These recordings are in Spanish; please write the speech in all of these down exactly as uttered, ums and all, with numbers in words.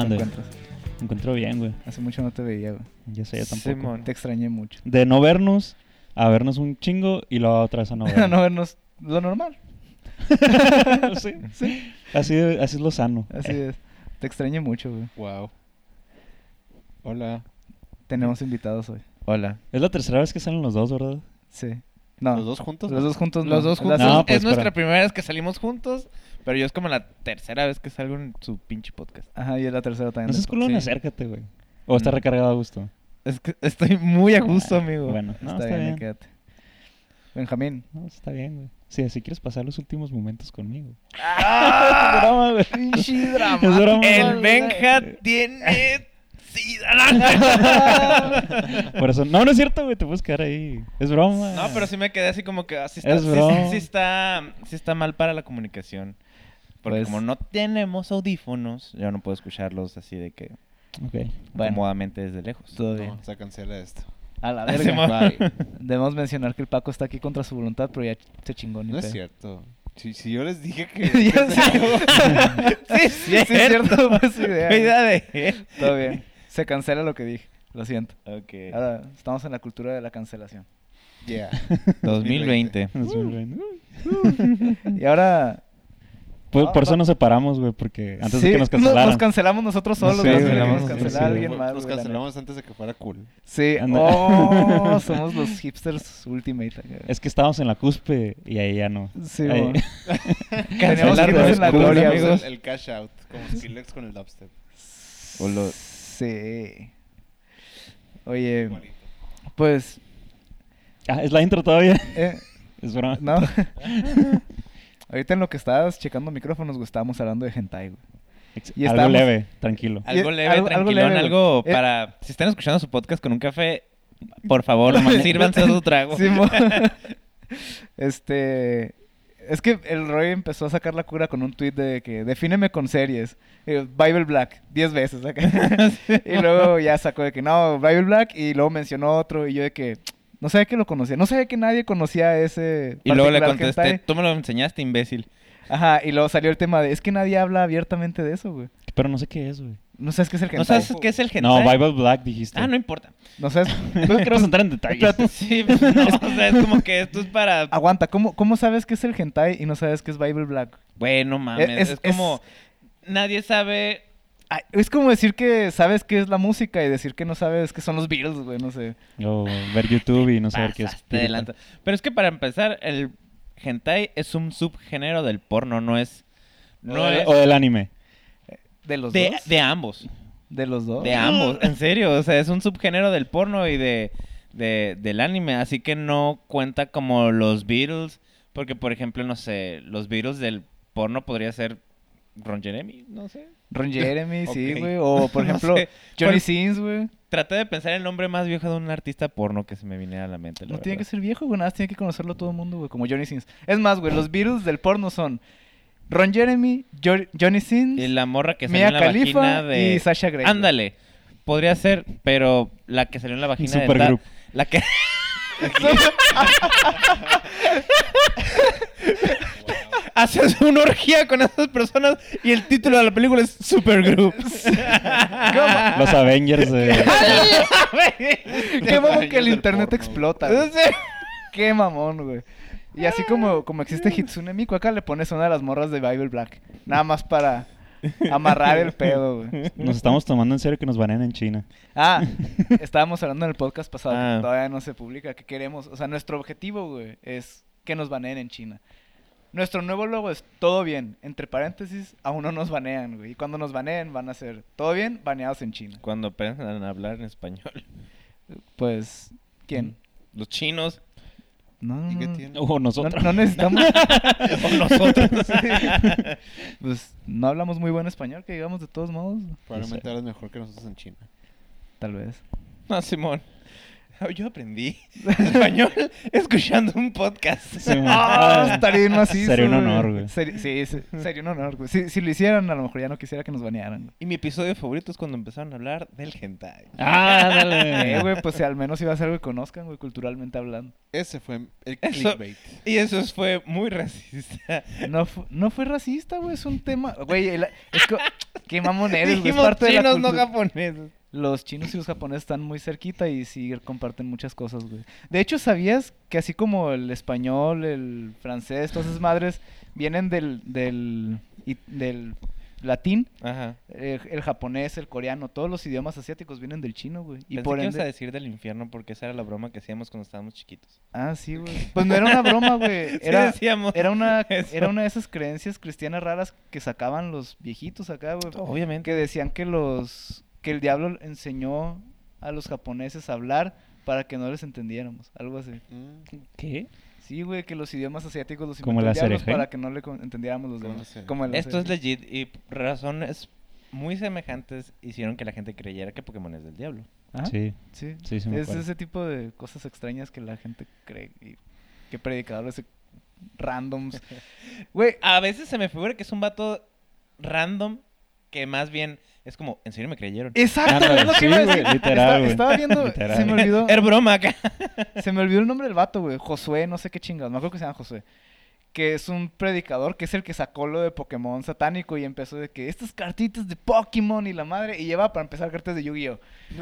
Mande. te encuentras? Me encuentro bien, güey. Hace mucho no te veía, güey. Ya sé, yo tampoco. Simón. Te extrañé mucho. De no vernos a vernos un chingo y luego otra vez a no vernos. No vernos lo normal. sí. Sí, Así, así es lo sano. así es. Te extrañé mucho, güey. Wow. Hola. Tenemos invitados hoy. Hola. Es la tercera vez que salen los dos, ¿verdad? Sí. No. ¿Los dos juntos? Los dos juntos. Los no. dos Es la juntos. No, se- pues, es nuestra espera. primera vez que salimos juntos, pero yo es como la tercera vez que salgo en su pinche podcast. Ajá, y es la tercera también. No seas del culón, Sí. acércate, güey. O está Mm. recargado a gusto. Es que estoy muy a gusto, amigo. Bueno, podcast. no, está, está, bien, bien. quédate. Benjamín. No, está bien, güey. Sí, así quieres pasar los últimos momentos conmigo. ¡Ah! Es broma, güey. Pinche drama. Es broma, El güey. Benja tiene sida. Por eso, no, no es cierto, güey. Te puedes quedar ahí. Es broma. No, pero sí me quedé así como que así está, Es sí, broma. sí está, sí está mal para la comunicación. Porque Pues- como no tenemos audífonos, yo no puedo escucharlos así de que Ok. Bueno. cómodamente desde lejos. Todo bien. No, se cancela esto. A la Ah, verga. Simón. Bye. Debemos mencionar que el Paco está aquí contra su voluntad, pero ya se chingó. Ni No es pedo. cierto. Si, si yo les dije que... Ya sé. Sí, Sí, es cierto, fue su idea. Cuida de él. Todo bien. Se cancela lo que dije. Lo siento. Ok. Ahora estamos en la cultura de la cancelación. Yeah. dos mil veinte. dos mil veinte. Y ahora... Por, Ah, por eso va- nos separamos, güey, porque antes Sí, de que nos nos, cancelaran. nos cancelamos nosotros solos. Sí, güey, güey, antes de que la nos vamos a cancelara hacer. alguien más. Nos güey, la cancelamos antes de que fuera cool. neta. Sí. Anda. Oh, somos los hipsters ultimate. acá. Es que estábamos en la cuspe y ahí ya no. Sí, Ahí- güey. Teníamos Cancelar que irnos de en la cool, gloria, amigos. amigos. El, el cash out. Como Skrillex con el dubstep. O lo- Sí. Oye, pues... Ah, es la intro todavía. eh, Es broma. no. Ahorita en lo que estabas checando micrófonos, güey, estábamos hablando de hentai, güey. Ex- y algo estábamos- leve, tranquilo. Algo Y- leve, algo- algo tranquilón, leve, algo, güey. Eh, para... Si están escuchando su podcast con un café, por favor, sírvanse su trago. Sí, mo- este... Es que el Roy empezó a sacar la cura con un tweet de que defíneme con series. Eh, Bible Black, diez veces acá. Y luego ya sacó de que no, Bible Black, y luego mencionó otro, y yo de que no sabía que lo conocía. No sabía que nadie conocía ese Y luego le particular contesté, hentai. tú me lo enseñaste, imbécil. Ajá, y luego salió el tema de, es que nadie habla abiertamente de eso, güey. Pero no sé qué es, güey. No sabes qué es el hentai. ¿No sabes qué es el hentai? No, Bible Black dijiste. Ah, no importa. No sabes... No queremos entrar en detalles. Espérate. Sí, pues, no, o sea, es como que esto es para... Aguanta, ¿cómo, ¿cómo sabes qué es el hentai y no sabes qué es Bible Black? Bueno, mames, Es- es, es- como... Nadie sabe... Ay, es como decir que sabes qué es la música y decir que no sabes qué son los Beatles, güey, no sé. O ver YouTube y no saber qué es. Pasaste de lanza. Pero es que para empezar, el hentai es un subgénero del porno, no es... No o, es o del anime. ¿De los de, dos? de ambos. ¿De los dos? De ambos, en serio. O sea, es un subgénero del porno y de, de del anime. Así que no cuenta como los Beatles. Porque, por ejemplo, no sé, los Beatles del porno podría ser Ron Jeremy, no sé. Ron Jeremy, sí, Ok. güey. O, por No ejemplo, sé. Johnny Por- Sins, güey. Traté de pensar el nombre más viejo de un artista porno que se me viniera a la mente. la No tiene que verdad. ser viejo, güey. Nada más tiene que conocerlo todo el mundo, güey. Como Johnny Sins. Es más, güey, los Beatles del porno son Ron Jeremy, Jo- Johnny Sins, Y la morra que salió Mia en la Khalifa vagina de... y Sasha Grey. güey. Ándale. Podría ser, pero la que salió en la vagina de... Supergroup. Ta- La que... Haces una orgía con esas personas y el título de la película es Supergroup. Los Avengers de... Qué mamón que el del internet porno, explota, güey. Qué mamón, güey. Y así como, como existe Hitsune Miku, acá le pones una de las morras de Bible Black. Nada más para amarrar el pedo, güey. Nos estamos tomando en serio que nos banean en China. Ah, estábamos hablando en el podcast pasado Ah. que todavía no se publica, que queremos, o sea, nuestro objetivo, güey, es que nos baneen en China. Nuestro nuevo logo es todo bien, entre paréntesis, aún no nos banean, güey. Y cuando nos baneen van a ser todo bien, baneados en China. Cuando aprendan a hablar en español. Pues, ¿quién? Los chinos. No, no, ¿Y qué no. tiene? O No, nosotros. no necesitamos. O nosotros. Pues no hablamos muy buen español, que digamos de todos modos. Probablemente eres mejor que nosotros en China. Tal vez. No, Simón. Yo aprendí español escuchando un podcast. Sí, man. Ah, estaría bien macizo. Sería un honor, güey. Seri- sí, sí, sería un honor, güey. Si, si lo hicieran, a lo mejor ya no quisiera que nos banearan. Y mi episodio favorito es cuando empezaron a hablar del hentai. Ah, Eh, dale. güey, pues si al menos iba a ser algo que conozcan, güey, culturalmente hablando. Ese fue el Eso- clickbait. Y eso fue muy racista. No, fu- no fue racista, güey, es un tema... Güey, el- es, co- Qué mamón eres, güey. Es Dijimos parte de la chinos, no cultura. japoneses. Los chinos y los japoneses están muy cerquita y sí comparten muchas cosas, güey. De hecho, ¿sabías que así como el español, el francés, todas esas madres vienen del, del, y- del latín? Ajá. Eh, el japonés, el coreano, todos los idiomas asiáticos vienen del chino, güey. Y Pensé por que ibas a ende... decir del infierno porque esa era la broma que hacíamos cuando estábamos chiquitos. Ah, sí, güey. Pues no era una broma, güey. Sí Era, decíamos era, una, eso. era una de esas creencias cristianas raras que sacaban los viejitos acá, güey. Obviamente. Que decían que los que el diablo enseñó a los japoneses a hablar para que no les entendiéramos, algo así. Mm, ¿Qué? Sí, güey, que los idiomas asiáticos los ¿Como inventó el la diablo cereje? para que no le con- entendiéramos los ¿Cómo demás. la cereje? Como el Esto es cereje. legit y razones muy semejantes hicieron que la gente creyera que Pokémon es del diablo. Ajá. Sí. Sí, Sí, sí me es acuerdo. ese tipo de cosas extrañas que la gente cree y que predicadores randoms. Güey, A veces se me figura que es un vato random que más bien es como, ¿en serio me creyeron? exacto, Ándale, es lo que sí, iba a güey, decir. literal, Estaba- güey. Estaba viendo, Literal. se me olvidó. Era broma acá. Se me olvidó el nombre del vato, güey. Josué, no sé qué chingados. Me acuerdo que se llama Josué. Que es un predicador, que es el que sacó lo de Pokémon satánico y empezó de que estas cartitas de Pokémon y la madre. Y lleva para empezar cartas de Yu-Gi-Oh!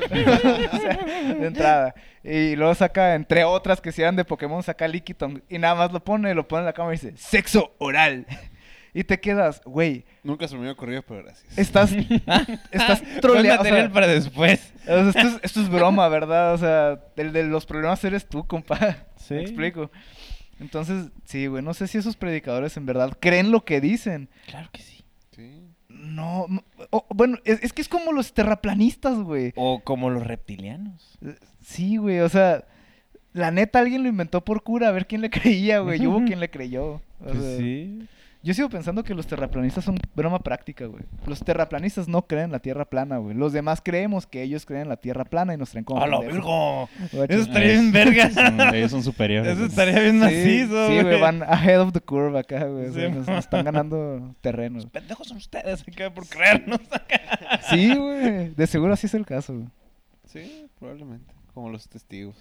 O sea, de entrada. Y luego saca, entre otras que si eran de Pokémon, saca Lickitung. Y nada más lo pone, lo pone en la cámara y dice: sexo oral. Y te quedas, güey, Nunca se me había ocurrido, pero gracias. estás, estás Buen troleando. o sea, material para después. o sea, esto, es, esto es broma, ¿verdad? O sea, el de los problemas eres tú, compa. Sí. Me explico. Entonces, sí, güey, no sé si esos predicadores en verdad creen lo que dicen. Claro que sí. Sí. No, no, o- bueno, es, es que es como los terraplanistas, güey. O como los reptilianos. Eh, Sí, güey, o sea, la neta alguien lo inventó por cura, a ver quién le creía, güey. Y hubo quien le creyó. O Pues sea, sí. Yo sigo pensando que los terraplanistas son broma práctica, güey. Los terraplanistas no creen la tierra plana, güey. Los demás creemos que ellos creen la tierra plana y nos traen como ¡A la pendejos. virgo! Guacho. Eso estaría bien verga. Son- ellos son superiores. Eso güey. estaría bien Sí, macizo, sí, güey, van ahead of the curve acá, güey. o sea, Sí, nos, mo. nos están ganando terreno. Pendejos son ustedes acá por creernos. Sí, güey. De seguro así es el caso, güey. Sí, probablemente. Como los testigos.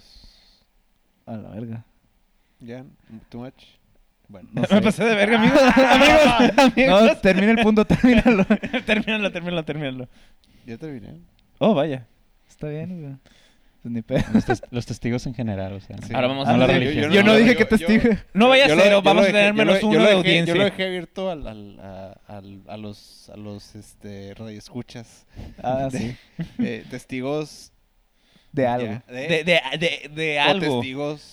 A la verga. Ya, too much. Bueno. No Me sé. pasé de verga, amigos. amigos, No, amigos. termina el punto, termínalo. termínalo, termínalo, termínalo. Ya terminé. Oh, vaya. Está bien, güey. Pues ni pedo. Los, tes- los testigos en general, o sea. Sí. Ahora vamos No a la hablar sí, de religión. Yo no dije que yo- testigo. No vaya yo a lo- cero, yo vamos lo a tener dejé- yo menos lo- uno yo lo de dejé- audiencia. Yo lo dejé abierto al, al, a, al- a los, a los este, radioescuchas. Ah, De- sí. eh, testigos De algo. ya, de, De, de, de, de o algo. testigos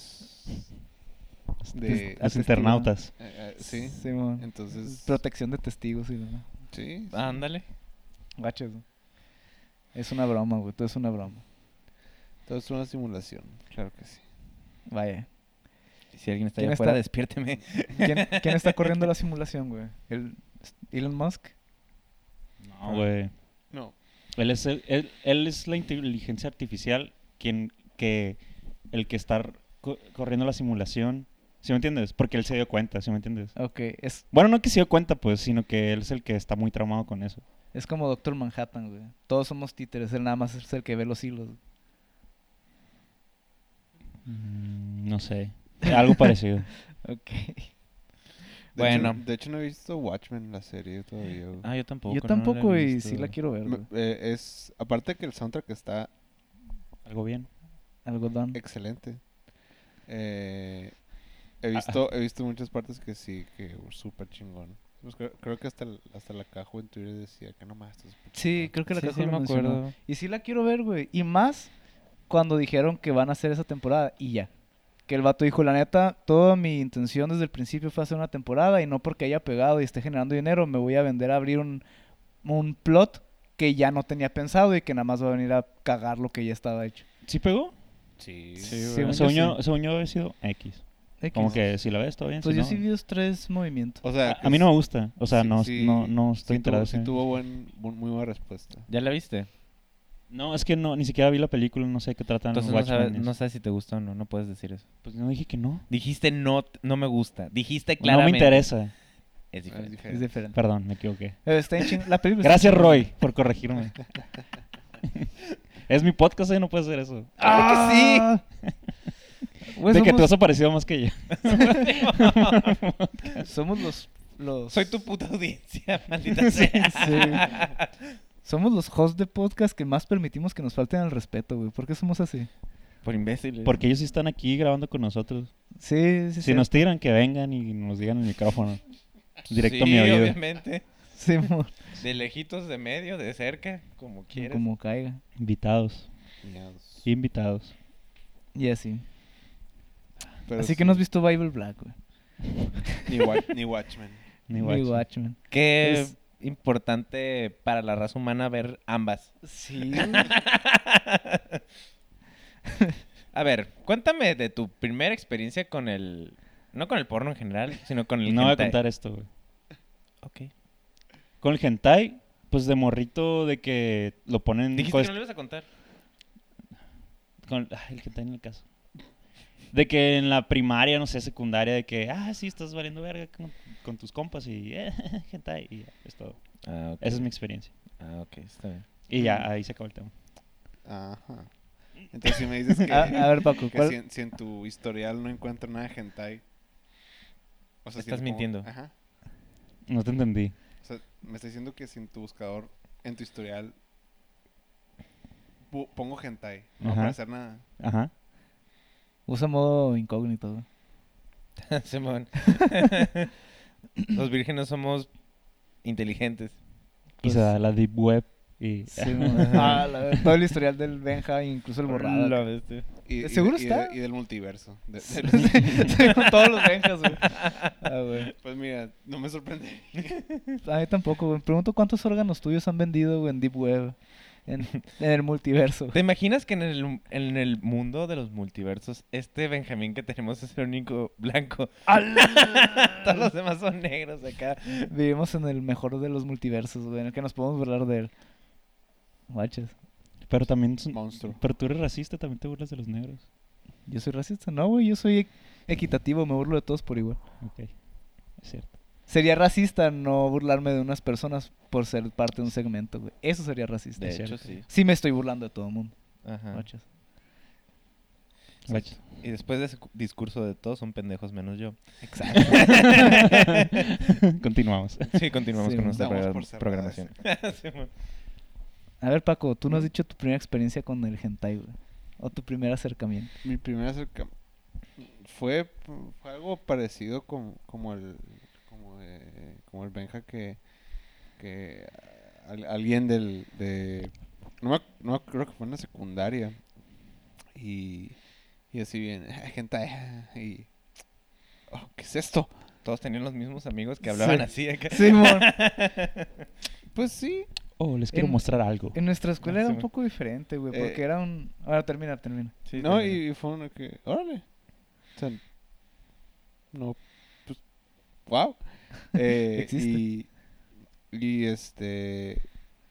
de... Los testigo. internautas. eh, eh, sí, Simón. entonces... Protección de testigos y ¿no? Sí, sí. Ándale. Gachos. güey. Es una broma, güey. Todo es una broma. Todo es una simulación, claro que sí. Vaya. Y si alguien está ¿Quién allá afuera, está? despiérteme. ¿Quién, quién está corriendo la simulación, güey? ¿El Elon Musk? No, güey. No, Él es, el- él, él es la inteligencia artificial quien que el que está co- corriendo la simulación. ¿Sí me entiendes? Porque él se dio cuenta, ¿sí me entiendes? Ok. Es, Bueno, no que se dio cuenta, pues, sino que él es el que está muy traumado con eso. es como Doctor Manhattan, güey. Todos somos títeres. Él nada más es el que ve los hilos. Mm, no sé. Algo parecido. Ok. de Bueno. Hecho, de hecho, no he visto Watchmen, la serie, todavía. güey. Ah, yo tampoco. Yo no la he tampoco y visto. sí la quiero ver, Me- güey. eh, es... Aparte que el soundtrack está Algo bien. Algodón. excelente. Eh, he visto he visto muchas partes que sí, que súper chingón. Pues creo, creo que hasta, el- hasta la caja en Twitter decía que no más. esto es súper Sí, chingón". creo que la Sí, caja sí, lo me mencionó. acuerdo. Y sí la quiero ver, güey. Y más cuando dijeron que van a hacer esa temporada y ya. Que el vato dijo, la neta, toda mi intención desde el principio fue hacer una temporada y no porque haya pegado y esté generando dinero, me voy a vender a abrir un, un plot que ya no tenía pensado y que nada más va a venir a cagar lo que ya estaba hecho. ¿Sí pegó? Sí, Sí, Sí, güey. güey. Según yo yo, sí. según yo había sido X. X. Como que si la ves, todo bien. Pues si yo no- sí vi los tres movimientos. O sea, a, a mí no me gusta. O sea, sí, no, sí, no, no estoy sí tuvo, enterado. sí tuvo buen, buen- muy buena respuesta. ¿Ya la viste? No, es que no, ni siquiera vi la película, no sé qué tratan. Entonces no Watchmen sabes, y eso. no sabes si te gusta o no. No puedes decir eso. Pues no dije que no. Dijiste no, no me gusta. Dijiste No claramente. me interesa. Es Es diferente. diferente. Es diferente. Perdón, me equivoqué. Eh, está en ching- La película está Gracias, chingona. Roy, por corregirme. Es mi podcast y no puedes hacer eso. ¡Ah! Güey, de que tú somos- has aparecido más que yo. Somos los los... Soy tu puta audiencia, maldita sea. Sí. Somos los hosts de podcast que más permitimos que nos falten al respeto, güey. ¿Por qué somos así? Por imbéciles. Porque ellos sí están aquí grabando con nosotros. Sí, sí, Si nos tiran, que vengan y nos digan el micrófono. Directo a mi Sí, oído. obviamente. Sí, amor. De lejitos, de medio, de cerca, como quieras. Como caiga. Invitados. Miados. Invitados. Y así. Pero así sí, que no has visto Bible Black, güey. Ni, wa- ni Watchmen. Ni Ni guacho. Watchmen. Qué Es- importante para la raza humana ver ambas. Sí. A ver, cuéntame de tu primera experiencia con el... No con el porno en general, sino con el No voy a hentai. contar esto, güey. Ok. Con el hentai, pues de morrito de que lo ponen... Dijiste pues, que no lo ibas a contar. con, ay, el hentai en el caso. De que en la primaria, no sé, secundaria, de que, ah, sí, estás valiendo verga con, con tus compas y, eh, hentai, y ya, es todo. Ah, ok. Esa es mi experiencia. Ah, ok, está bien. Y ya, ahí se acabó el tema. Ajá. Entonces si me dices que, a, a ver, Paco, que ¿cuál? si, en, si en tu historial no encuentro nada de hentai. O si Estás como- mintiendo. Ajá. No te entendí. O sea, me está diciendo que si en tu buscador, en tu historial, pu- pongo hentai. No Ajá. para hacer nada. Ajá. Usa modo incógnito, güey. Simón. Los vírgenes somos inteligentes. Y se da la deep web y... Sí, mo- ah, la- todo el historial del Benja, incluso el borrado. La acá. bestia. Y, y ¿Seguro de- y está? de- y del multiverso. De- Sí, de- sí, con todos los Benjas, güey. Ah, güey. pues mira, no me sorprende. A mí tampoco, güey. Pregunto cuántos órganos tuyos han vendido, güey, en Deep Web. En, en el multiverso. ¿Te imaginas que en el, en el mundo de los multiversos, este Benjamín que tenemos es el único blanco? Todos los demás son negros acá. Vivimos en el mejor de los multiversos, güey, en el que nos podemos burlar de él. Guachas. Pero también... son- Monstruo. Pero tú eres racista, también te burlas de los negros. ¿Yo soy racista? No, güey, yo soy e- equitativo, me burlo de todos por igual. Ok. Es cierto. Sería racista no burlarme de unas personas por ser parte de un segmento, güey. Eso sería racista. De Es hecho, cierto. sí. Sí me estoy burlando de todo el mundo. Ajá. Guachas. Guacho. Y después de ese cu- discurso de todos son pendejos menos yo. Exacto. Continuamos. Sí, continuamos Sí, con nuestra damos progra- por cerrada programación. Simón. A ver, Paco, tú no has dicho tu primera experiencia con el hentai, güey. O tu primer acercamiento. Mi primer acercamiento fue, fue algo parecido como, como el como, eh, como el Benja que, que al- alguien del de no, me, ac- no me- creo que fue en la secundaria y, y así bien gente y oh, ¿qué es esto? Todos tenían los mismos amigos que hablaban Sí. así acá. Simón. Pues sí, Oh, les quiero En- mostrar algo. En nuestra escuela Ah, era sí, un güey. poco diferente, güey, porque Eh, era un... Ahora termina, termina. Sí, no, también. y fue uno que órale, o sea, no, pues, wow, eh, Existe. y y este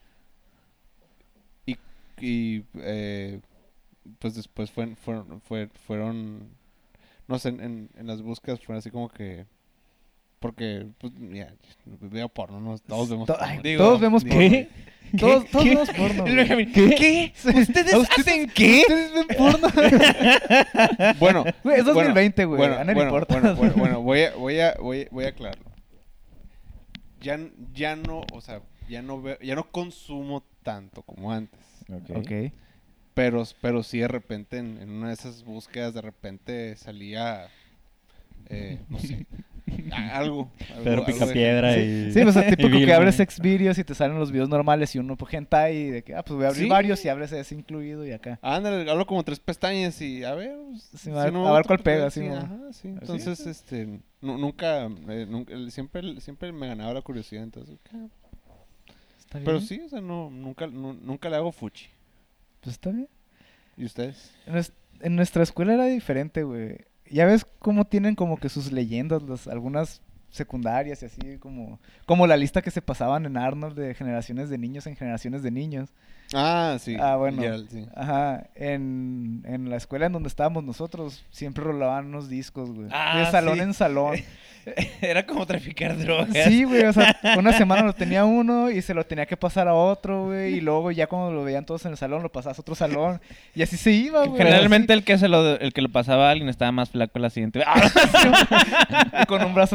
y, y eh, pues después fueron fueron fue- fueron no sé en, en, en las búsquedas fueron así como que porque pues ya veo porno, ¿no? Todos vemos To- porno. ay, Digo, todos vemos digo, porno. ¿Qué? Todos, todos ¿Qué? vemos porno, El güey. Benjamín, ¿Qué? ¿Ustedes, ¿A ustedes- hacen qué? ¿Ustedes ven porno? Bueno, Güey, es dos mil bueno, veinte, güey. Bueno, A nadie le bueno, importa. bueno, bueno, bueno, voy a, voy a, voy a, voy a aclararlo. Ya, n- ya no, o sea, ya no veo, ya no consumo tanto como antes. Ok. Pero, pero sí de repente en, en una de esas búsquedas de repente salía, eh, no sé, a- algo. algo Pedro algo de- Picapiedra Sí, y... sí, o sea, típico y que Bill abres Gates. Xvideos y te salen los videos normales y uno por hentai y de que, ah, pues voy a abrir Sí. varios y abres ese incluido y acá. Ándale, hablo como tres pestañas y a ver, pues, Sí, si a ver- no me a ver gusta, cuál pues, pega, sí, sí, mo. ajá, sí. Así Entonces, es. este, nu- nunca, eh, nunca, el- siempre, siempre me ganaba la curiosidad, entonces, ah, ¿Está bien? pero sí, o sea, no, nunca, nu- nunca le hago fuchi. Pues está bien. ¿Y ustedes? En, nues- en nuestra escuela era diferente, güey. Ya ves cómo tienen como que sus leyendas, las, algunas secundarias y así, como, como la lista que se pasaban en Arnold de generaciones de niños en generaciones de niños. Ah, sí. Ah, bueno. Gerald, sí. Ajá, en, en la escuela en donde estábamos nosotros, siempre rolaban unos discos, güey. Ah, de salón sí. en salón. Era como traficar drogas. Sí, güey, o sea, una semana lo tenía uno y se lo tenía que pasar a otro, güey, y luego ya cuando lo veían todos en el salón, lo pasabas a otro salón, y así se iba, güey. Generalmente el que se lo el que lo pasaba a alguien estaba más flaco la siguiente vez. así, con un brazo más grueso.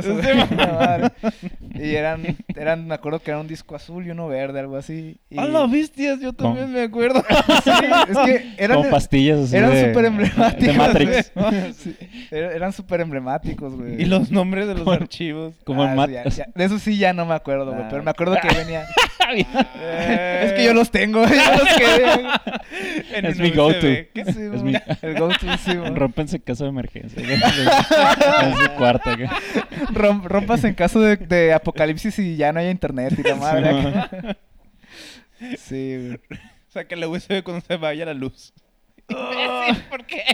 eso, güey. La madre. Y eran, eran, me acuerdo que era un disco azul y uno verde, algo así. Y... ¡A la bestias! Yo también ¿Cómo? me acuerdo. Sí, es que eran... Como pastillas así eran de, súper emblemáticos, de Matrix. güey. Sí, er- eran súper emblemáticos, güey. Y los nombres de los Como- archivos. Como Ah, el Mat... sí, ya- ya. De eso sí ya no me acuerdo, güey. Ah, Pero me ok. acuerdo que venía... Eh, Es que yo los tengo, yo los quedé. en Es un mi U S B. go-to. ¿Qué? Sí, Es güey. mi- El go-to, sí, güey. Rompense en caso de emergencia. En su cuarto. acá. Rom- rompas en caso de, de apocalipsis y ya no haya internet y la madre. acá. Sí, güey. Saca la U S B cuando se vaya la luz. Oh. Imbécil, ¿por qué?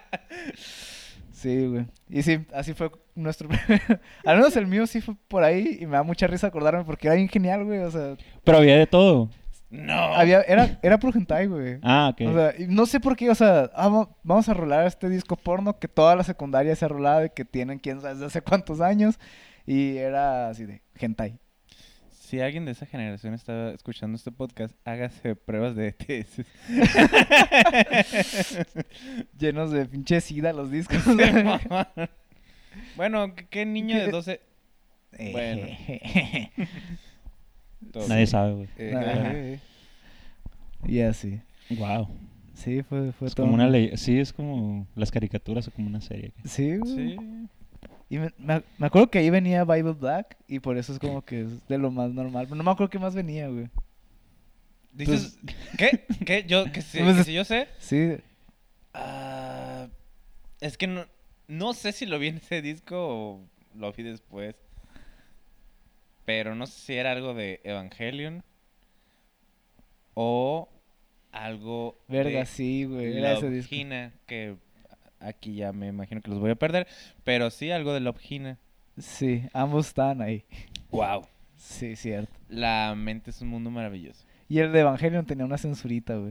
Sí, güey. Y sí, así fue nuestro primer... Al menos el mío sí fue por ahí y me da mucha risa acordarme porque era bien genial, güey. O sea, Pero había de todo. No. había, era, era pro hentai, güey. Ah, ok. O sea, y no sé por qué, o sea, ah, va- vamos a rolar este disco porno que toda la secundaria se ha rolado y que tienen quién sabe desde hace cuántos años. Y era así de hentai. Si alguien de esa generación está escuchando este podcast, hágase pruebas de E T S. Llenos de pinche sida los discos. Bueno, ¿qué, qué niño de doce? Bueno. Todo Nadie bien. sabe, güey. Eh, Ajá. eh, eh. Y así. Wow. Sí, fue, fue Es todo. como una un- ley. Sí, es como las caricaturas o como una serie. Sí, güey. Sí. Y me, me, me acuerdo que ahí venía Bible Black y por eso es como que es de lo más normal. Pero no me acuerdo qué más venía, güey. Dices, ¿qué? ¿Qué? Yo, que si, Pues que es- si yo sé. Sí. Ah, es que no, no sé si lo vi en ese disco o lo vi después. Pero no sé si era algo de Evangelion o algo Verga, de sí, güey. Era ese Love disco. Hina, que aquí ya me imagino que los voy a perder. Pero sí, algo de Love Hina. Sí, ambos estaban ahí. Wow. Sí, cierto. La mente es un mundo maravilloso. Y el de Evangelion tenía una censurita, güey.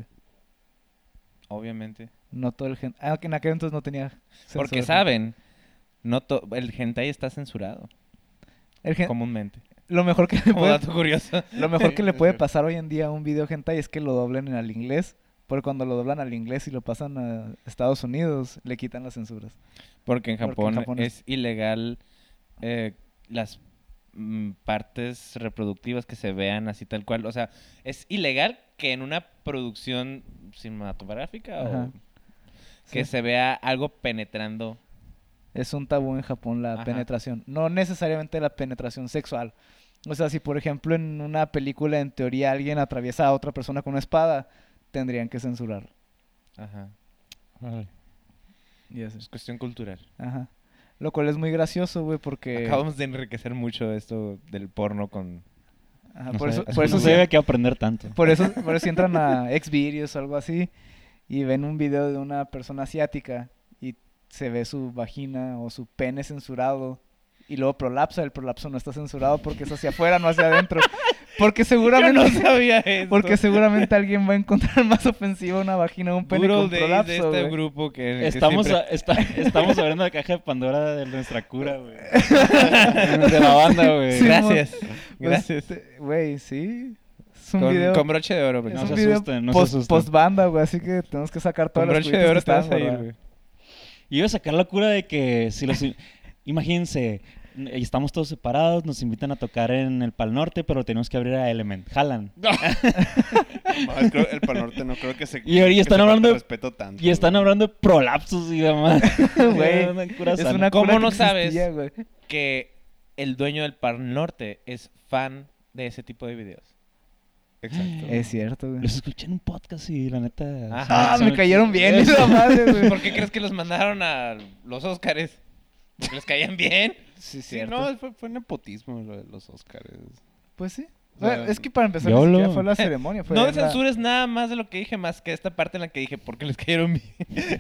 Obviamente. No todo el gen... Ah, que en aquel entonces no tenía censura. Porque saben, no to- el hentai está censurado El gen- comúnmente. Lo mejor que le Como puede... dato curioso. Lo mejor que le puede pasar hoy en día a un video hentai es que lo doblen en al inglés. Porque cuando lo doblan al inglés y lo pasan a Estados Unidos, le quitan las censuras. Porque en Porque en Japón, Japón es- es ilegal eh, las mm, partes reproductivas que se vean así tal cual. O sea, es ilegal que en una producción cinematográfica Ajá. o que Sí. se vea algo penetrando. Es un tabú en Japón la Ajá. penetración. No necesariamente la penetración sexual. O sea, si por ejemplo en una película en teoría alguien atraviesa a otra persona con una espada, tendrían que censurarlo. Ajá. Órale. Y así. Es cuestión cultural. Ajá. Lo cual es muy gracioso, güey, porque... Acabamos de enriquecer mucho esto del porno con... Ajá, No por, sé, eso, es por, que eso no sí- se debe que aprender tanto. por eso por eso si entran a Xvideos o algo así y ven un video de una persona asiática y se ve su vagina o su pene censurado y luego prolapsa, el prolapso no está censurado porque es hacia afuera, no hacia adentro. Porque Yo seguramente... no sabía eso. Porque seguramente alguien va a encontrar más ofensivo una vagina o un pene Good con old days de prolapso, este güey. grupo que, que Estamos, siempre- a- está- estamos abriendo la caja de Pandora de nuestra cura, güey. De la banda, güey. Sí, Gracias. Pues, Gracias. te- Güey, sí. Es un Con, video... con broche de oro. es no un se video asusten, no se post, asusten. post banda, güey, así que tenemos que sacar todas Con las broche de oro que te vas estaban a ir, guardadas. güey. Y iba a sacar la cura de que si los... Imagínense, n- estamos todos separados, nos invitan a tocar en el Pal Norte, pero tenemos que abrir a Element. Jalan. No, creo- el Pal Norte no creo que se. Y ahora ya que están se hablando de- falte respeto tanto. Y están güey. hablando de prolapsos y demás. Güey, Una cura Es sana. una ¿Cómo cura que no existía, sabes? güey. Que el dueño del Par Norte es fan de ese tipo de videos. Exacto. Es cierto, güey. Los escuché en un podcast y la neta... Ajá. Ah, me cayeron bien, esa madre, güey. ¿Por qué crees que los mandaron a los Óscares? Porque les caían bien. Sí, Sí, cierto. no, fue, fue nepotismo lo de los Oscars. Pues sí. O sea, Bueno, es que para empezar, YOLO. ni siquiera fue la ceremonia. Fue No la- censures nada más de lo que dije, más que esta parte en la que dije por qué les cayeron bien.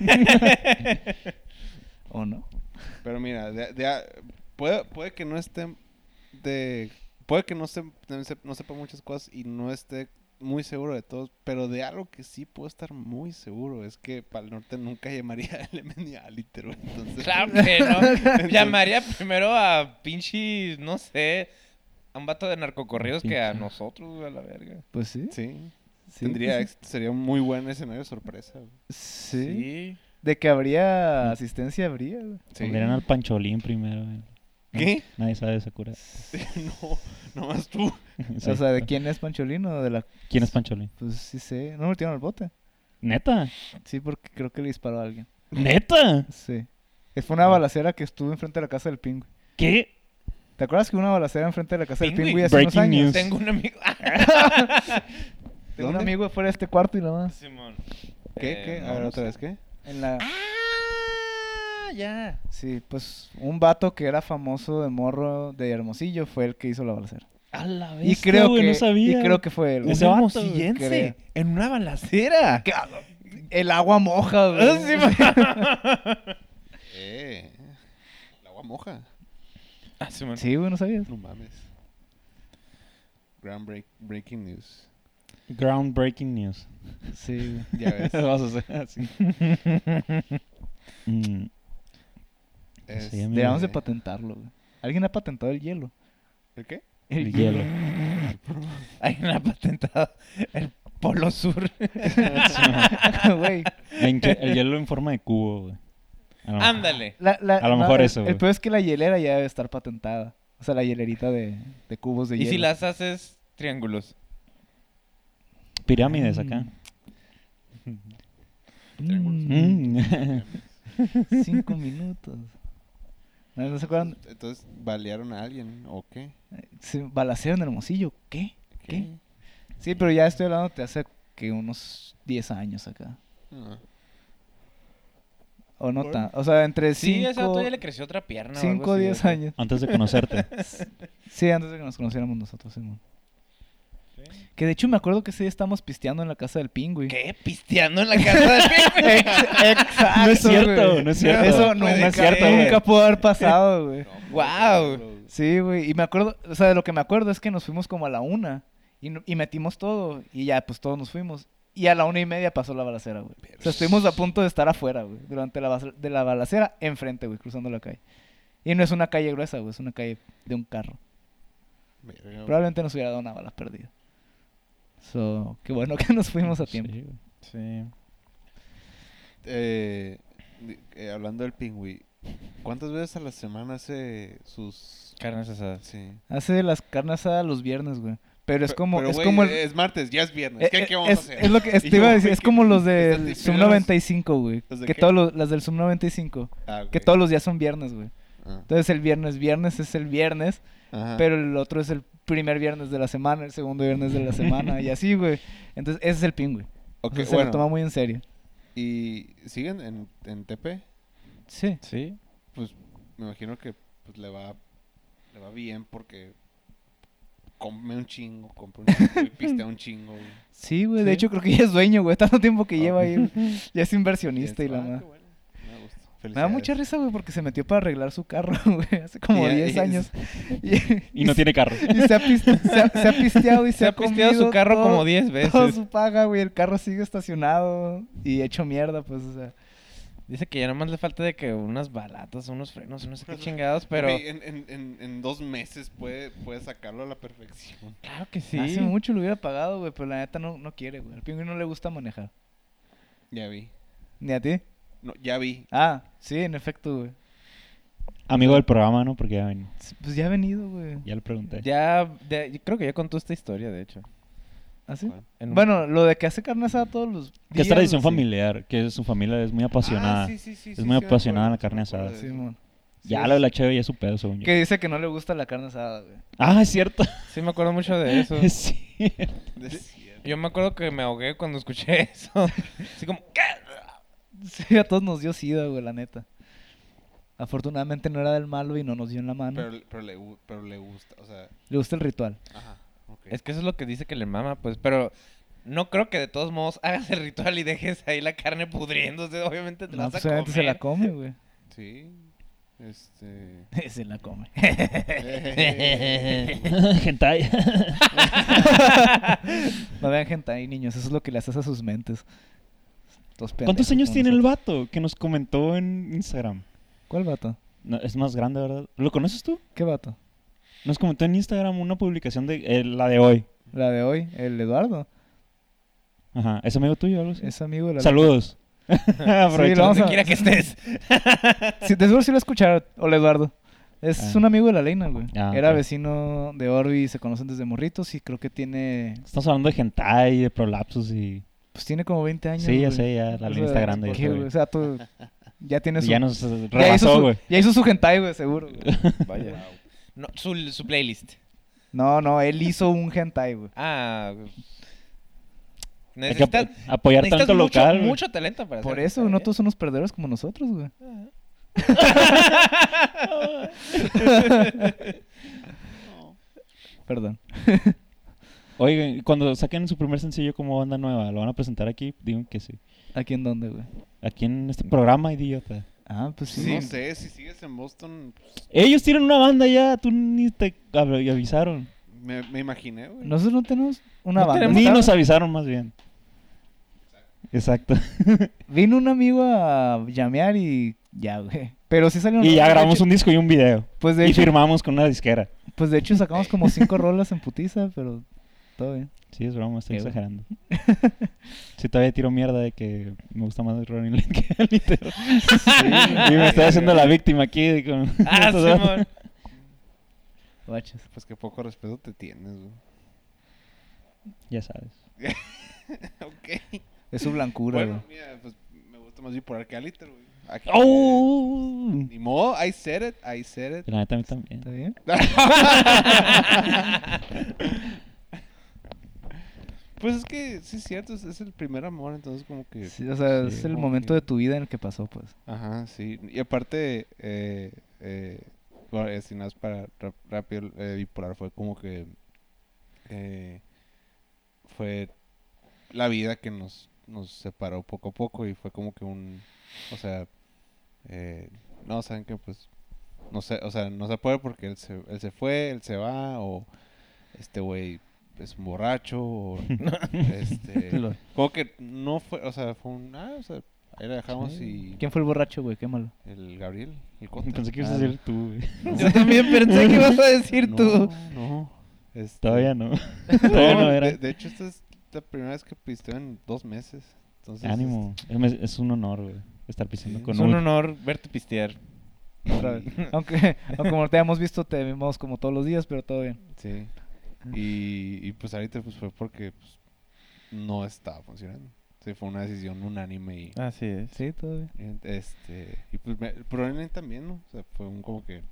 ¿O no? Pero mira, de, de a- puede, puede que no esté de... Puede que no, se, no, se- no sepa muchas cosas y no esté muy seguro de todo, pero de algo que sí puedo estar muy seguro es que Pal Norte nunca llamaría a Element ni a Aliter, güey. Entonces, Claro que no. Llamaría primero a pinche, no sé, a un vato de narcocorridos que a Pinche. nosotros, güey, a la verga. Pues sí. sí, Sí, tendría sí. éxito, sería un muy buen escenario de sorpresa. güey. Sí. De que habría asistencia, habría, güey. Sí. Pondrían al Pancholín primero, güey. ¿Qué? Nadie sabe de Sakura. No, nomás tú. Sí. O sea, ¿de quién es Pancholín o de la...? ¿Quién es Pancholín? Pues sí sé. ¿No lo metieron al bote? ¿Neta? Sí, porque creo que le disparó a alguien. ¿Neta? Sí. Fue una balacera que estuvo enfrente de la casa del Pingüi. ¿Qué? ¿Te acuerdas que hubo una balacera enfrente de la casa del Pingüi. Pingüi hace unos Breaking años? news. Tengo un amigo. Tengo un ¿Dónde? amigo fuera de este cuarto y la más. Simón. ¿Qué? Eh, ¿Qué? no, A ver, no otra sé. vez, ¿qué? En la... Ah, ya. Sí, pues un vato que era famoso de morro de Hermosillo fue el que hizo la balacera. A la vez. Y creo que no sabía. y creo que fue él. Un Ese vato, hermosillense creo. en una balacera. El agua moja, güey. Ah, sí, ma- Eh, el agua moja. Ah, Simón. Sí, güey, no sabías. No mames. Ground break, breaking news. Groundbreaking news. Sí, güey. Ya ves. Vas a hacer así. Mm, Es- Sí, amigo. Deberíamos de eh, patentarlo, güey. ¿Alguien ha patentado el hielo? ¿El qué? El hielo. Hay una patentada. El Polo Sur. Güey. En que- el hielo en forma de cubo, güey. A lo- Ándale. La- la- A lo no, mejor el- eso, El güey. peor es que la hielera ya debe estar patentada. O sea, la hielerita de, de cubos de ¿Y hielo. si las haces triángulos? Pirámides acá. Mm, Mm. Cinco minutos. ¿No, no se acuerdan? Entonces, ¿balearon a alguien o qué? Sí, balacera en Hermosillo. ¿Qué? ¿Qué? ¿Qué? Sí, pero ya estoy hablando de hace que unos diez años acá. Ah. O no ¿Por? tan. O sea, entre Sí, a ese vato cinco ya le creció otra pierna. o cinco algo o así, diez güey. años. Antes de conocerte. Sí, antes de que nos conociéramos nosotros, Simón. Que de hecho me acuerdo que ese día estábamos pisteando en la casa del Pingüi. ¿Qué? ¿Pisteando en la casa del Pingüi? Ex- Exacto. No es cierto, güey. no es cierto. Eso No no, puede no es ser. cierto. Nunca pudo haber pasado, güey. No, Guau. bro. Sí, güey. Y me acuerdo, o sea, de lo que me acuerdo es que nos fuimos como a la una. Y, no- y metimos todo. Y ya, pues todos nos fuimos. Y a la una y media pasó la balacera, güey. O sea, estuvimos a punto de estar afuera, güey. Durante la, bas- de la balacera, enfrente, güey, cruzando la calle. Y no es una calle gruesa, güey. Es una calle de un carro. Verga, güey. Probablemente nos hubiera dado una bala perdida. So, qué bueno que nos fuimos a tiempo. Sí, güey. Sí. Eh, di- eh, hablando del pingüi, ¿cuántas veces a la semana hace sus... Carnes asadas. Sí. Hace las carnes asadas los viernes, güey. Pero es Pe- como, pero, es güey, como el... es martes, ya es viernes. eh, ¿Qué, eh, qué vamos es, a hacer? es lo que es- Y te iba a yo, decir, güey, es que- como los están del Sum discriminados. noventa y cinco, güey. ¿Los de Que qué? todos los, las del Sum noventa y cinco. Ah, Que ok. todos los días son viernes, güey. Ah. Entonces el viernes, viernes es el viernes, Ajá. pero el otro es el primer viernes de la semana, el segundo viernes de la semana, y así, güey. Entonces ese es el pin, güey. O Ok, sea, se bueno, lo toma muy en serio. ¿y siguen en, en T P? Sí. Sí. Pues me imagino que pues, le va le va bien porque come un chingo, compra un chingo y pistea un chingo. güey. Sí, güey. De Sí. hecho, creo que ya es dueño, güey. Tanto tiempo que Ah, lleva ok. ahí. güey. Ya es inversionista y Ah, la qué madre. bueno. Me gusta. Me da mucha Felicidades. risa, güey, porque se metió para arreglar su carro, güey. Hace como Y- diez y- años. Y, Y no tiene carro. y se, ha piste- se, ha, se ha pisteado y se, Se ha pisteado su comido carro todo- como diez Toda veces. su paga, güey. El carro sigue estacionado y hecho mierda, pues, o sea. Dice que ya nomás le falta de que unas balatas, unos frenos, no sé qué chingados, pero... Güey, en, en, en, en dos meses puede, puede sacarlo a la perfección. Claro que sí. Hace mucho lo hubiera pagado, güey, pero la neta no, no quiere, güey. Al pingüino no le gusta manejar. Ya vi. ¿Ni a ti? No, ya vi. Ah, sí, en efecto, güey. Amigo del programa, ¿no? Porque ya, ven- Pues ya ha venido, güey. ya le pregunté. Ya, de- yo creo que ya contó esta historia, de hecho. ¿Ah, sí? ¿Cuál? En un- Bueno, lo de que hace carne asada todos los días. Que es tradición así. familiar, que su familia es muy apasionada. Ah, sí, sí, sí, Es sí, muy sí me apasionada acuerdo, la carne sí me acuerdo asada. de Sí, eso. mon. Ya Sí, lo de es- la cheve ya es su pedo, según yo. Que dice que no le gusta la carne asada, güey. Ah, es cierto. Sí me acuerdo mucho de eso. sí. Es cierto. Yo me acuerdo que me ahogué cuando escuché eso. Así como, ¿qué? Sí, a todos nos dio sida, güey, la neta. Afortunadamente no era del malo y no nos dio en la mano. Pero, pero, le, gu- pero le gusta, o sea, Le gusta el ritual. ajá, ok. Es que eso es lo que dice que le mama, pues, pero no creo que de todos modos hagas el ritual y dejes ahí la carne pudriéndose. Obviamente te la No, vas pues a obviamente se la comer. come, güey. Sí, este... Se la come. Hentai. No vean gente ahí, niños. Eso es lo que le haces a sus mentes. Todos ¿Cuántos pendejos años como tiene el nosotros. vato que nos comentó en Instagram? ¿Cuál vato? No, es más grande, ¿verdad? ¿Lo conoces tú? ¿Qué vato? Nos comentó en Instagram una publicación de eh, la de hoy. La de hoy, el Eduardo. Ajá. ¿Es amigo tuyo o algo así? Es amigo de la... Saludos. Aprovecho. lo vamos Donde a- quiera que estés. Sí, de seguro sí lo escucharon. Hola, Eduardo. Es Ah. un amigo de la Leina, güey. Ah, Era ok. vecino de Orbi, se conocen desde morritos y creo que tiene... Estamos hablando de hentai, de prolapsus y... Pues tiene como veinte años, Sí, ya güey. sé, ya la O línea sea, está grande. ¿qué, ya güey? sé. O sea, tú ya tiene su... Ya nos ya hizo rebasó, su, güey. ya hizo su hentai, güey, seguro, güey. Vaya. No, su, su playlist. No, no, él hizo un hentai, güey. Ah. Hay que Necesitas, ap- apoyar necesitas talento mucho, local, güey. mucho talento para Por hacer eso, hentai, no ¿eh? todos son unos perdedores como nosotros, güey. Perdón. Oigan, cuando saquen su primer sencillo como banda nueva, ¿lo van a presentar aquí? Digan que sí. ¿Aquí en dónde, güey? Aquí en este programa, idiota. Ah, pues sí. No sé, si sigues en Boston, pues, Ellos tienen una banda ya, tú ni te ab- avisaron. me, me imaginé, güey. Nosotros no tenemos una No banda. tenemos- Ni Está- nos avisaron más bien. Exacto. Vino un amigo a llamear y ya, güey. Pero sí salieron... Y ya de grabamos hecho- un disco y un video. Pues de Y hecho, firmamos con una disquera. pues de hecho sacamos como cinco rolas en putiza, pero todo bien. Sí, es broma, estoy Qué güey. exagerando. Sí, todavía tiro mierda de que me gusta más Ronnie Lane que Aliter. Y me estoy haciendo la víctima aquí. de con- Ah, estos Simón. vatos. Guachas. Pues qué poco respeto te tienes, güey. Ya sabes. Ok. Es su blancura, Bueno, güey. mira, pues me gusta más bipolar que Aliter, güey. Aquí- ¡Oh! Ni modo, I said it, I said it. La neta a mí también. ¿Está bien? Pues es que, sí es cierto, es, es el primer amor, entonces como que... Sí, o sea, Sí, es el como momento que- de tu vida en el que pasó, pues. Ajá, sí. Y aparte, eh, eh, bueno, eh, sin más para rap- rápido, eh, bipolar fue como que... eh, fue la vida que nos, nos separó poco a poco y fue como que un... O sea, eh, no, saben que pues... No sé, o sea, no se puede porque él se, él se fue, él se va, o este güey es un borracho, o este... Lo- Como que no fue, o sea, fue un... Ah, o sea, ahí la dejamos y... ¿Quién fue el borracho, güey? Qué malo. El Gabriel, el Cota. Pensé que ibas a Ah, decir tú, güey. Yo también pensé que ibas a decir no, tú. No, este, Todavía no. no, Todavía no era. De, de hecho, esta es la primera vez que pisteo en dos meses. Entonces, Ánimo. Es, me- es un honor, güey. Estar pisando Sí. con Es un un... honor verte pistear. Otra vez. Aunque, aunque como te habíamos visto, te vimos como todos los días, pero todo bien. este, sí. Y, y pues ahorita pues fue porque pues, no estaba funcionando. Sí, fue una decisión unánime y... Así es. Sí, todo bien. y, Este, y pues me, probablemente también, ¿no? O sea, fue un como que...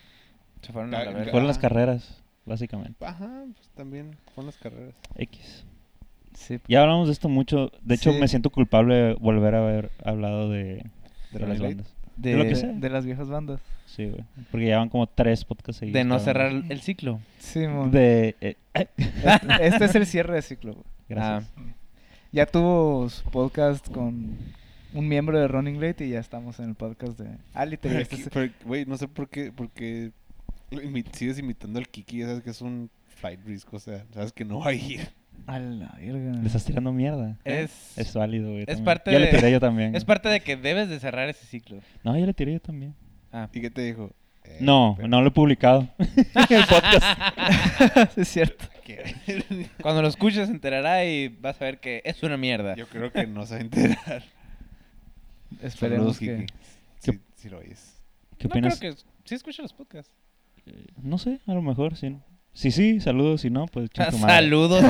Se fueron a la Ga- verga. Fueron las Ajá. carreras, básicamente. Ajá, pues también fueron las carreras. X. Sí. Ya hablamos de esto mucho. De hecho, Sí. me siento culpable de volver a haber hablado de, de las Renegade. bandas. De, de lo que sea. de las viejas bandas. Sí, güey. Porque llevan como tres podcasts seguidos. De no cada cerrar uno. el ciclo. Sí, mon. De... eh, Este, este es el cierre de ciclo, güey. gracias. Ah, Ya tuvo su podcast con un miembro de Running Late y ya estamos en el podcast de Aliter. y este es- Pero, güey, no sé por qué, por qué lo imi- sigues imitando al Kiki, ya sabes que es un flight risk, o sea, sabes que no va a ir. A la verga. Le estás tirando mierda. es, Es válido, güey. es también. parte Ya de- le tiré yo también. es parte de que debes de cerrar ese ciclo. No, ya le tiré yo también. Ah. ¿Y qué te dijo? Eh, No, pero- no lo he publicado. El podcast. Sí, es cierto. ¿Qué? Cuando lo escuches se enterará y vas a ver que es una mierda. Yo creo que no se va a enterar. Esperemos Saludos, que... Kiki. Sí, sí lo oyes. ¿Qué no opinas? creo que sí escucha los podcasts. Eh, No sé, a lo mejor sí. Sí, sí, saludos. Si no, pues chinga tu madre. Saludos.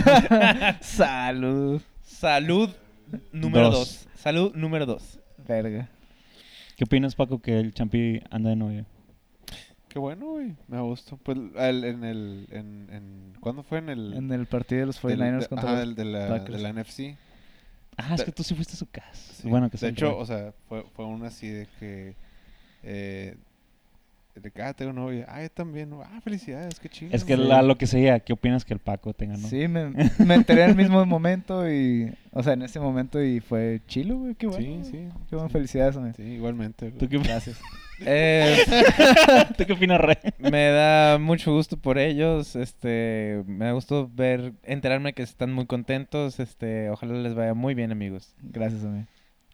Salud. Salud número Dos. dos. Salud número dos. Verga. ¿Qué opinas, Paco, que el Champi anda de novia? Qué bueno, güey. Me gustó. Pues al- en el. En, en, ¿Cuándo fue? En el. En el partido de los del- cuarenta y nueve de- contra ajá, los... del- de, la, Packers. de la N F C. Ah, es De- que tú sí fuiste a su casa. Sí. Bueno, que de sea el hecho, rey. o sea, fue, fue una así de que. Eh, de que, ah, tengo novia. Ah, yo también. ¿no? Ah, felicidades, qué chido. Es que Sí. la, lo que sería, ¿qué opinas que el Paco tenga, no? Sí, me, me enteré en el mismo momento y... O sea, en ese momento y fue chilo, güey. Qué bueno. Sí, güey. sí. Qué bueno, sí. felicidades, amigo. Sí, igualmente. güey. ¿Tú qué, Gracias. Eh, ¿Tú qué opinas, Rey? me da mucho gusto por ellos. Este, me da gusto ver, enterarme que están muy contentos. Este, ojalá les vaya muy bien, amigos. Gracias, amigo.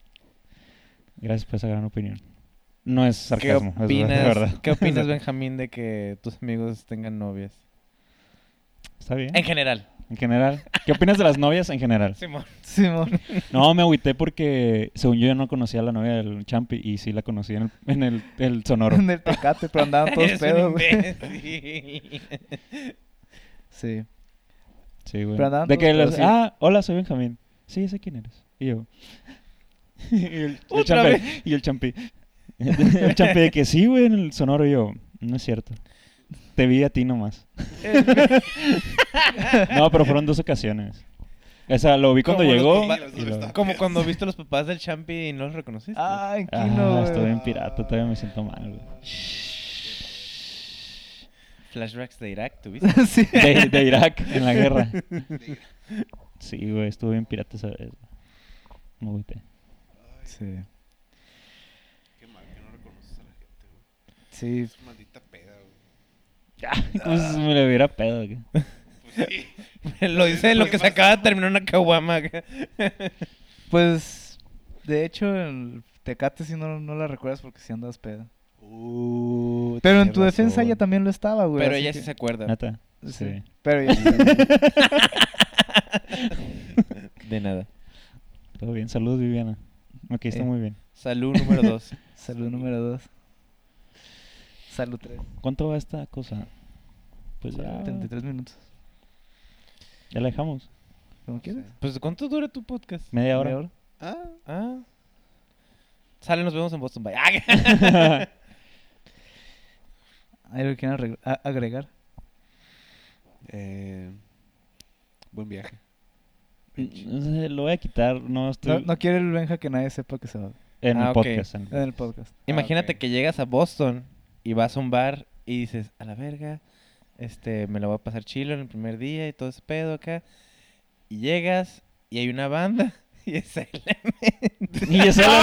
Gracias por esa gran opinión. No es ¿Qué sarcasmo, es opinas, verdad. ¿Qué opinas, Benjamín, de que tus amigos tengan novias? Está bien. En general. en general. ¿Qué opinas de las novias en general? Simón. Simón. No, me agüité porque según yo ya no conocía a la novia del Champi y sí la conocí en el, en el, el Sonoro. En el Tecate, pero andaban todos Eres un pedos, güey. imbécil. Sí. Sí, güey. Pero andaban De todos que les, pedos, sí. ah, hola, soy Benjamín. Sí, sé quién eres. Y yo. y el, el Otra Champi. vez. Y el Champi. el Champi de que sí, güey, en el Sonoro. Y yo, no es cierto. Te vi a ti nomás. No, pero fueron dos ocasiones. O sea, lo vi cuando Como los llegó. papás- y lo- Como cuando viste a los papás del Champi y no los reconociste. Ay, Ah, Kino, güey. estoy en pirata, todavía me siento mal, güey. Flashbacks de Irak, ¿tuviste? Sí. De, de Irak, en la guerra. Sí, güey, estuve en pirata esa vez. güey. Me agüité. Sí. Qué mal que no reconoces a la gente, güey. Sí. Es maldita peda, güey. Como si me le hubiera pedo. güey. Pues sí. Lo dice lo que se acaba de terminar una caguama. Pues, de hecho, el Tecate sí no, no la recuerdas porque sí andas peda. Uh, Pero en tienes tu defensa razón. ella también lo estaba, güey. Pero así ella que- sí se acuerda. Neta. Sí. Sí. Pero ella sí. De nada. Todo bien. Saludos, Viviana. Ok, está Eh. muy bien. Salud número dos. Salud número dos. Salud tres. ¿Cuánto va esta cosa? Pues ya. treinta y tres minutos. Ya la dejamos. ¿Cómo quieres? Pues, ¿cuánto dura tu podcast? Media hora. ¿Media hora? Ah, Ah. Sale, nos vemos en Boston. Bye. Ah, ¿Hay algo que quieran arreg- a- agregar? eh, buen viaje. No sé, lo voy a quitar. No estoy No, no quiere el Benja que nadie sepa que se va en Ah, el ok. podcast. en- en el podcast. Imagínate ok. que llegas a Boston y vas a un bar y dices, a la verga, este, me lo voy a pasar chilo en el primer día y todo ese pedo acá. Y llegas y hay una banda y es Element. Y yo solo...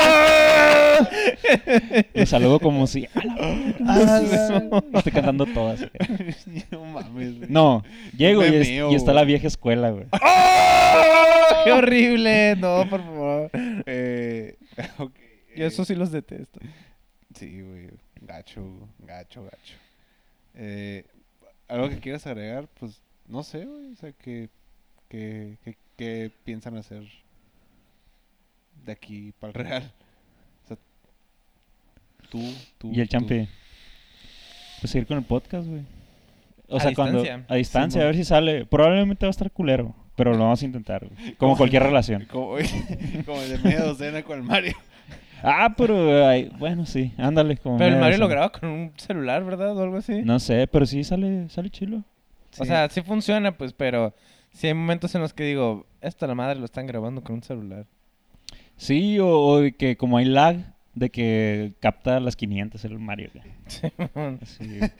Lo saludo como si... "A la verga". Ah, la- Estoy cantando todas. güey. No mames, güey. No, llego y, Me es- meo, y está la güey. vieja escuela, güey. ¡Qué horrible! No, por favor. Eh, ok. Yo eso sí los detesto. Sí, güey. Gacho, gacho, gacho. Eh, ¿Algo que quieras agregar? Pues, no sé, güey. O sea, que, que, que, que piensan hacer de aquí para el Real. O sea, tú, tú. Y el tú. Champi. Pues seguir con el podcast, güey. O A sea, cuando... distancia. A distancia, Sí, a ver si sale. Probablemente va a estar culero. Pero lo vamos a intentar, güey. Como cualquier relación. Como, como el de media docena con el Mario. Ah, pero... ay, bueno, sí. Ándale. Como Pero el media Mario lo docena. graba con un celular, ¿verdad? O algo así. No sé, pero sí sale, sale chilo. O sea, sí funciona, pues, pero sí hay momentos en los que digo, esto a la madre lo están grabando con un celular. Sí, o, o de que como hay lag, de que capta las quinientas el Mario. güey. Así, güey.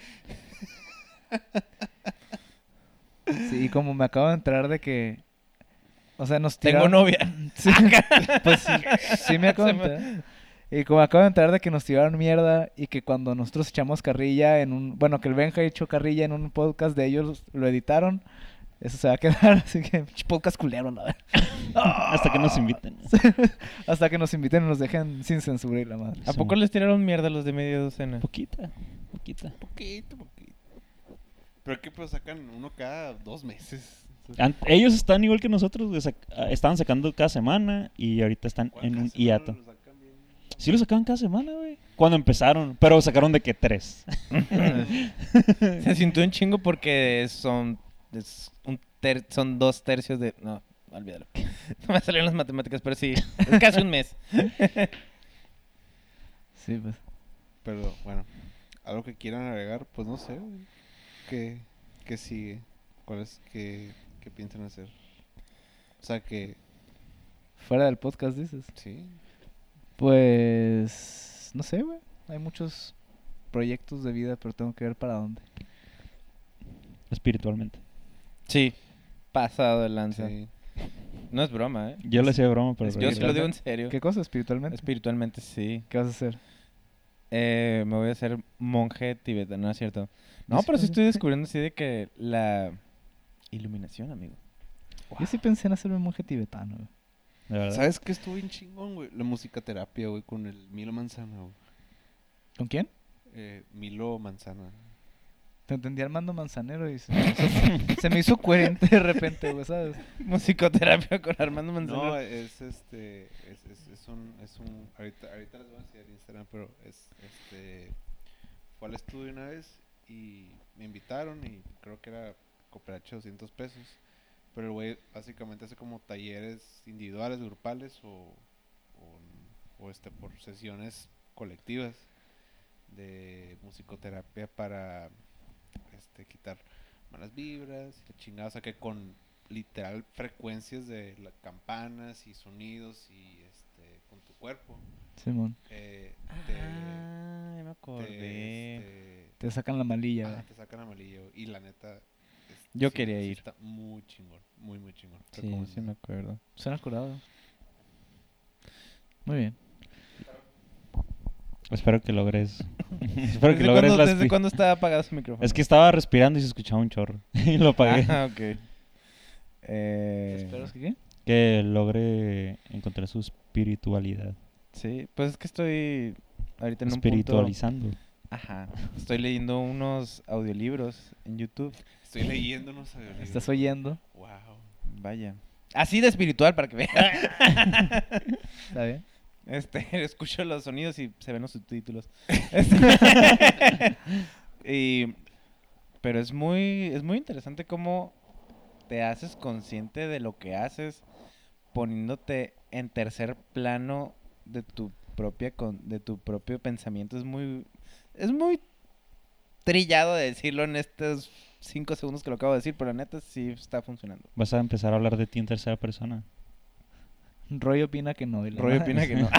Sí, y como me acabo de enterar de que... O sea, nos Tengo tiraron... novia. Sí, pues sí, sí me acabo de Se me- enterar. Y como me acabo de enterar de que nos tiraron mierda y que cuando nosotros echamos carrilla en un... Bueno, que el Benja echó carrilla en un podcast de ellos, lo editaron. Eso se va a quedar, así que... pinche podcast culero, la verdad. Hasta que nos inviten. Hasta que nos inviten y nos dejen sin censura y la madre. ¿A Sí. poco les tiraron mierda a los de media docena? Poquita, poquita. Poquito, poquito. Pero que pues sacan uno cada dos meses. An- ellos están igual que nosotros, güey, sac- ah, estaban sacando cada semana y ahorita están en un hiato. Sí lo sacaban cada semana, güey. Cuando empezaron, pero sacaron de que tres. Se sintió un chingo porque son es un ter- son dos tercios de... No, olvídalo. No me salieron las matemáticas, pero sí, es casi un mes. Sí, pues. Pero bueno, algo que quieran agregar, pues no sé, güey. ¿Qué, qué sigue? ¿Cuál es que, qué piensan hacer? O sea que, Fuera del podcast, dices. sí. Pues... No sé, güey. Hay muchos proyectos de vida, pero tengo que ver para dónde. Espiritualmente. Sí, pasado de lanza. Sí. No es broma, ¿eh? Yo le hacía broma, pero... Yo sí lo Espiritual- digo en serio. ¿Qué cosa? ¿Espiritualmente? Espiritualmente, sí. ¿Qué vas a hacer? Eh, me voy a hacer monje tibetano, ¿no es cierto? No, pero sí estoy descubriendo así de que la iluminación, amigo. Yo sí pensé en hacerme monje tibetano, güey. De verdad. ¿Sabes qué estuvo bien chingón, güey? La musicoterapia, güey, con el Milo Manzana, güey. ¿Con quién? Eh, Milo Manzana. Te entendí Armando Manzanero y se me hizo, se me hizo coherente de repente, güey, ¿sabes? Musicoterapia con Armando Manzanero. No, es este, es, es, es un, es un, ahorita, ahorita les voy a enseñar Instagram, pero es, este, fue al estudio una vez y me invitaron y creo que era cooperacho doscientos pesos, pero el güey básicamente hace como talleres individuales, grupales o, o, o este, por sesiones colectivas de musicoterapia para este, quitar malas vibras y la chingada, o sea que con literal frecuencias de las campanas y sonidos y este con tu cuerpo Simón. eh, Ah, ya me te, acordé. te, este, Te sacan la malilla, ah, güey. te sacan amarillo y la neta es- Yo sí, quería sí ir. está muy chingón, muy muy chingón. Sí, Recomendado. sí me acuerdo. Suena curado. Muy bien. Espero que logres. Espero que ¿Desde logres cuándo, las ¿Desde pi- cuándo está apagado su micrófono? Es que estaba respirando y se escuchaba un chorro. Y lo apagué. Ah, ok. Eh, ¿Esperas que qué? Que logre encontrar su espiritualidad. Sí, pues es que estoy ahorita en un punto... Espiritualizando. Ajá. Estoy leyendo unos audiolibros en YouTube. Estoy leyendo unos audiolibros. ¿Estás oyendo? Wow. Vaya. Así de espiritual para que vean. ¿Está bien? Este, escucho los sonidos y se ven los subtítulos. Este, y, pero es muy, es muy interesante cómo te haces consciente de lo que haces, poniéndote en tercer plano de tu propia con, de tu propio pensamiento. Es muy, es muy trillado de decirlo en estos cinco segundos que lo acabo de decir, pero la neta sí está funcionando. Vas a empezar a hablar de ti en tercera persona. Roy opina que no. y la Roy madre. opina que no.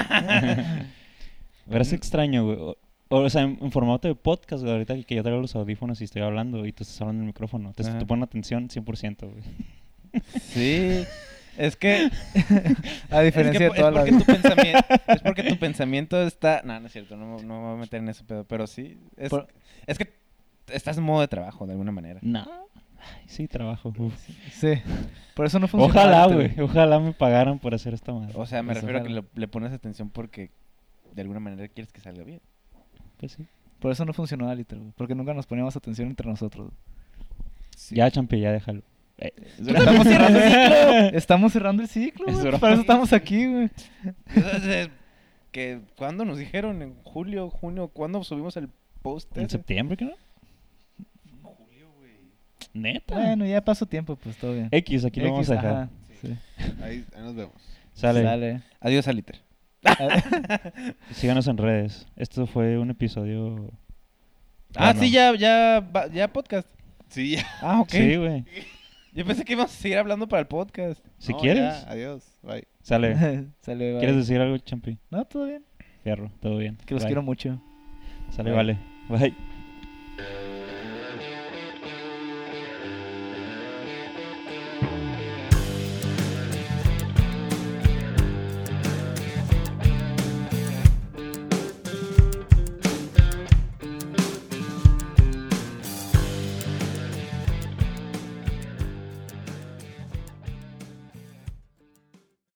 Verás extraño, güey. O, o sea, en, en formato de podcast, güey, ahorita que yo traigo los audífonos y estoy hablando y tú estás hablando en el micrófono. Te, Ajá. te ponen atención cien por ciento, güey. Sí, es que A diferencia es, que de toda es la porque vida. tu pensamiento, es porque tu pensamiento está... No, no es cierto, no, no me voy a meter en ese pedo, pero sí. Es, Por- es que estás en modo de trabajo, de alguna manera. No. Ay, sí, trabajo. uf. Sí. Por eso no funciona. Ojalá, ahorita, güey. Ojalá me pagaran por hacer esta madre. O sea, me Pues refiero a que ojalá. le, le pones atención porque de alguna manera quieres que salga bien. Pues sí. Por eso no funcionó Aliter, güey. Porque nunca nos poníamos atención entre nosotros. Sí. Ya, Champi, ya déjalo. Eh, Estamos cerrando el ciclo. Estamos cerrando el ciclo, Es güey. broma. Para eso estamos aquí, güey. Entonces, que ¿cuándo nos dijeron? ¿En julio, junio? ¿Cuándo subimos el post? ¿En ese? septiembre, qué no? Julio, güey. Neta. Bueno, ya pasó tiempo, pues todo bien. X, aquí lo vamos a X, dejar. ajá, sí. Ahí, ahí nos vemos. Sale. Sale. Adiós, Aliter. Síganos en redes. Esto fue un episodio. Ah, Bueno. sí, ya, ya, va- ya podcast. Sí, ya. Ah, ok. Sí, güey. Yo pensé que íbamos a seguir hablando para el podcast. Si No, quieres. ya, adiós. Bye. Sale. Sale, bye. ¿Quieres decir algo, Champi? No, todo bien. Fierro, todo bien. Que los Bye. quiero mucho. Sale, Bye. vale. Bye.